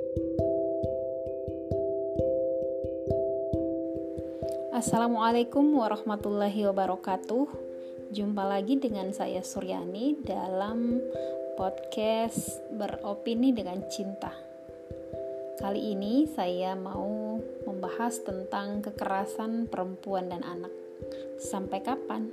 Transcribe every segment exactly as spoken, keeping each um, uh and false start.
Assalamualaikum warahmatullahi wabarakatuh. Jumpa lagi dengan saya Suryani dalam podcast Beropini dengan Cinta. Kali ini saya mau membahas tentang kekerasan perempuan dan anak. Sampai kapan?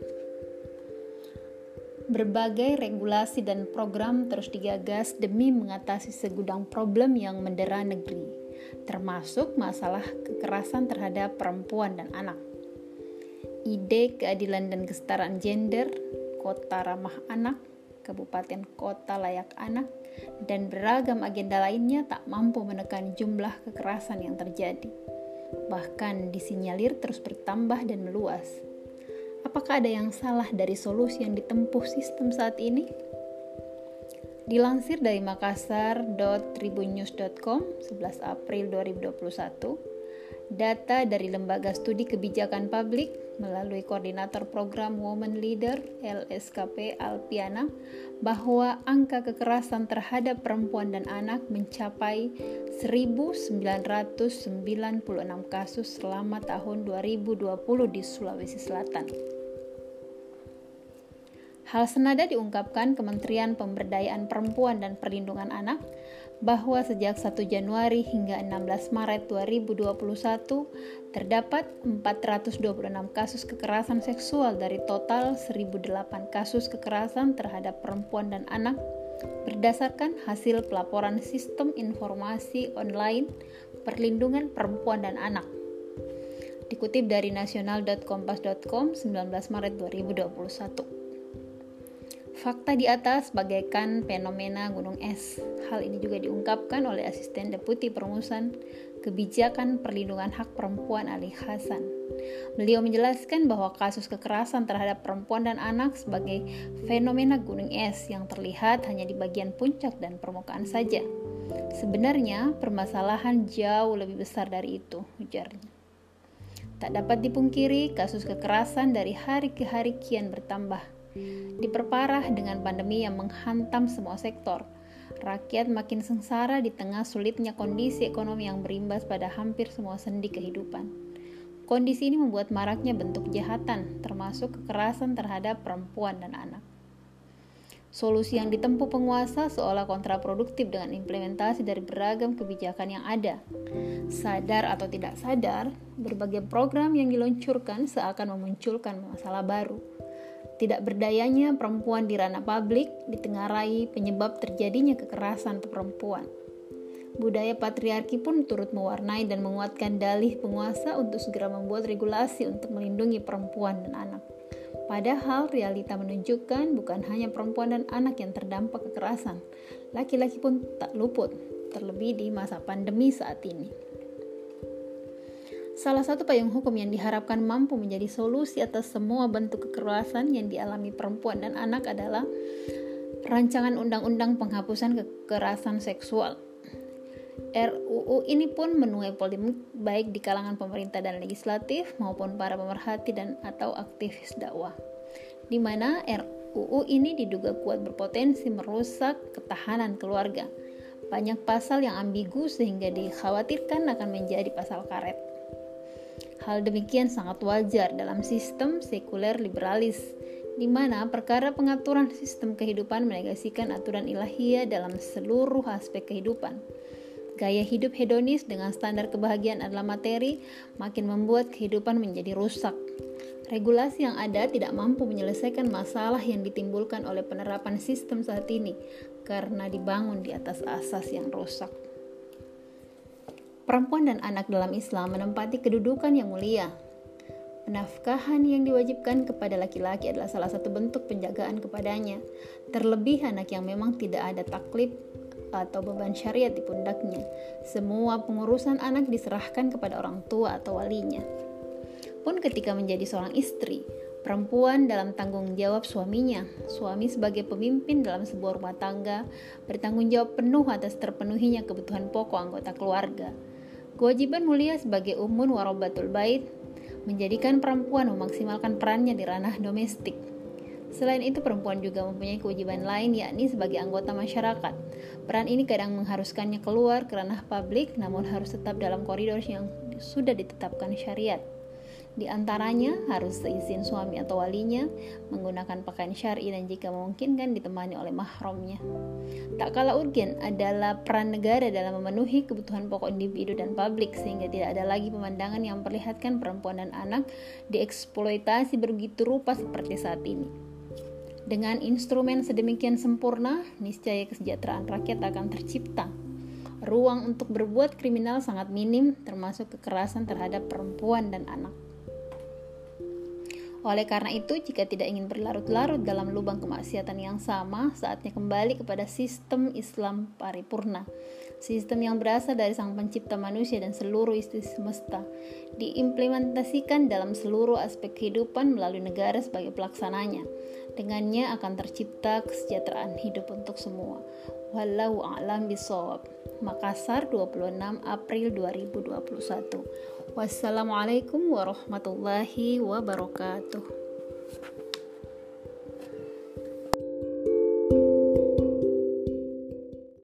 Berbagai regulasi dan program terus digagas demi mengatasi segudang problem yang mendera negeri, termasuk masalah kekerasan terhadap perempuan dan anak. Ide keadilan dan kesetaraan gender, kota ramah anak, kabupaten kota layak anak, dan beragam agenda lainnya tak mampu menekan jumlah kekerasan yang terjadi. Bahkan disinyalir terus bertambah dan meluas. Apakah ada yang salah dari solusi yang ditempuh sistem saat ini? Dilansir dari makassar dot tribunnews dot com sebelas April dua ribu dua puluh satu, data dari Lembaga Studi Kebijakan Publik melalui Koordinator Program Women Leader L S K P Alpiana bahwa angka kekerasan terhadap perempuan dan anak mencapai seribu sembilan ratus sembilan puluh enam kasus selama tahun dua ribu dua puluh di Sulawesi Selatan. Hal senada diungkapkan Kementerian Pemberdayaan Perempuan dan Perlindungan Anak bahwa sejak satu Januari hingga enam belas Maret dua ribu dua puluh satu terdapat empat ratus dua puluh enam kasus kekerasan seksual dari total seribu delapan kasus kekerasan terhadap perempuan dan anak berdasarkan hasil pelaporan Sistem Informasi Online Perlindungan Perempuan dan Anak. Dikutip dari nasional dot kompas dot com sembilan belas Maret dua ribu dua puluh satu. Fakta di atas bagaikan fenomena gunung es. Hal ini juga diungkapkan oleh Asisten Deputi Perumusan Kebijakan Perlindungan Hak Perempuan Ali Hasan. Beliau menjelaskan bahwa kasus kekerasan terhadap perempuan dan anak sebagai fenomena gunung es yang terlihat hanya di bagian puncak dan permukaan saja. Sebenarnya permasalahan jauh lebih besar dari itu, ujarnya. Tak dapat dipungkiri, kasus kekerasan dari hari ke hari kian bertambah. Diperparah dengan pandemi yang menghantam semua sektor. Rakyat makin sengsara di tengah sulitnya kondisi ekonomi yang berimbas pada hampir semua sendi kehidupan. Kondisi ini membuat maraknya bentuk kejahatan, termasuk kekerasan terhadap perempuan dan anak. Solusi yang ditempuh penguasa seolah kontraproduktif dengan implementasi dari beragam kebijakan yang ada. Sadar atau tidak sadar, berbagai program yang diluncurkan seakan memunculkan masalah baru. Tidak berdayanya perempuan di ranah publik ditengarai penyebab terjadinya kekerasan perempuan. Budaya patriarki pun turut mewarnai dan menguatkan dalih penguasa untuk segera membuat regulasi untuk melindungi perempuan dan anak. Padahal realita menunjukkan bukan hanya perempuan dan anak yang terdampak kekerasan, laki-laki pun tak luput, terlebih di masa pandemi saat ini. Salah satu payung hukum yang diharapkan mampu menjadi solusi atas semua bentuk kekerasan yang dialami perempuan dan anak adalah Rancangan Undang-Undang Penghapusan Kekerasan Seksual. R U U ini pun menuai polemik baik di kalangan pemerintah dan legislatif maupun para pemerhati dan atau aktivis dakwah, di mana R U U ini diduga kuat berpotensi merusak ketahanan keluarga. Banyak pasal yang ambigu sehingga dikhawatirkan akan menjadi pasal karet. Hal demikian sangat wajar dalam sistem sekuler liberalis, di mana perkara pengaturan sistem kehidupan menegasikan aturan ilahiyah dalam seluruh aspek kehidupan. Gaya hidup hedonis dengan standar kebahagiaan adalah materi, makin membuat kehidupan menjadi rusak. Regulasi yang ada tidak mampu menyelesaikan masalah yang ditimbulkan oleh penerapan sistem saat ini, karena dibangun di atas asas yang rusak. Perempuan dan anak dalam Islam menempati kedudukan yang mulia. Penafkahan yang diwajibkan kepada laki-laki adalah salah satu bentuk penjagaan kepadanya, terlebih anak yang memang tidak ada taklif atau beban syariat di pundaknya. Semua pengurusan anak diserahkan kepada orang tua atau walinya. Pun ketika menjadi seorang istri, perempuan dalam tanggung jawab suaminya. Suami sebagai pemimpin dalam sebuah rumah tangga bertanggung jawab penuh atas terpenuhinya kebutuhan pokok anggota keluarga. Kewajiban mulia sebagai ummun warabatul bait menjadikan perempuan memaksimalkan perannya di ranah domestik. Selain itu, perempuan juga mempunyai kewajiban lain, yakni sebagai anggota masyarakat. Peran ini kadang mengharuskannya keluar ke ranah publik, namun harus tetap dalam koridor yang sudah ditetapkan syariat. Di antaranya harus seizin suami atau walinya, menggunakan pakaian syar'i dan jika memungkinkan ditemani oleh mahramnya. Tak kalah urgen adalah peran negara dalam memenuhi kebutuhan pokok individu dan publik sehingga tidak ada lagi pemandangan yang memperlihatkan perempuan dan anak dieksploitasi begitu rupa seperti saat ini. Dengan instrumen sedemikian sempurna, niscaya kesejahteraan rakyat akan tercipta. Ruang untuk berbuat kriminal sangat minim, termasuk kekerasan terhadap perempuan dan anak. Oleh karena itu, jika tidak ingin berlarut-larut dalam lubang kemaksiatan yang sama, saatnya kembali kepada sistem Islam paripurna. Sistem yang berasal dari Sang Pencipta manusia dan seluruh isi semesta, diimplementasikan dalam seluruh aspek kehidupan melalui negara sebagai pelaksananya. Dengannya akan tercipta kesejahteraan hidup untuk semua. Wallahu a'lam bishawab. Makassar, dua puluh enam April dua ribu dua puluh satu. Wassalamualaikum warahmatullahi wabarakatuh.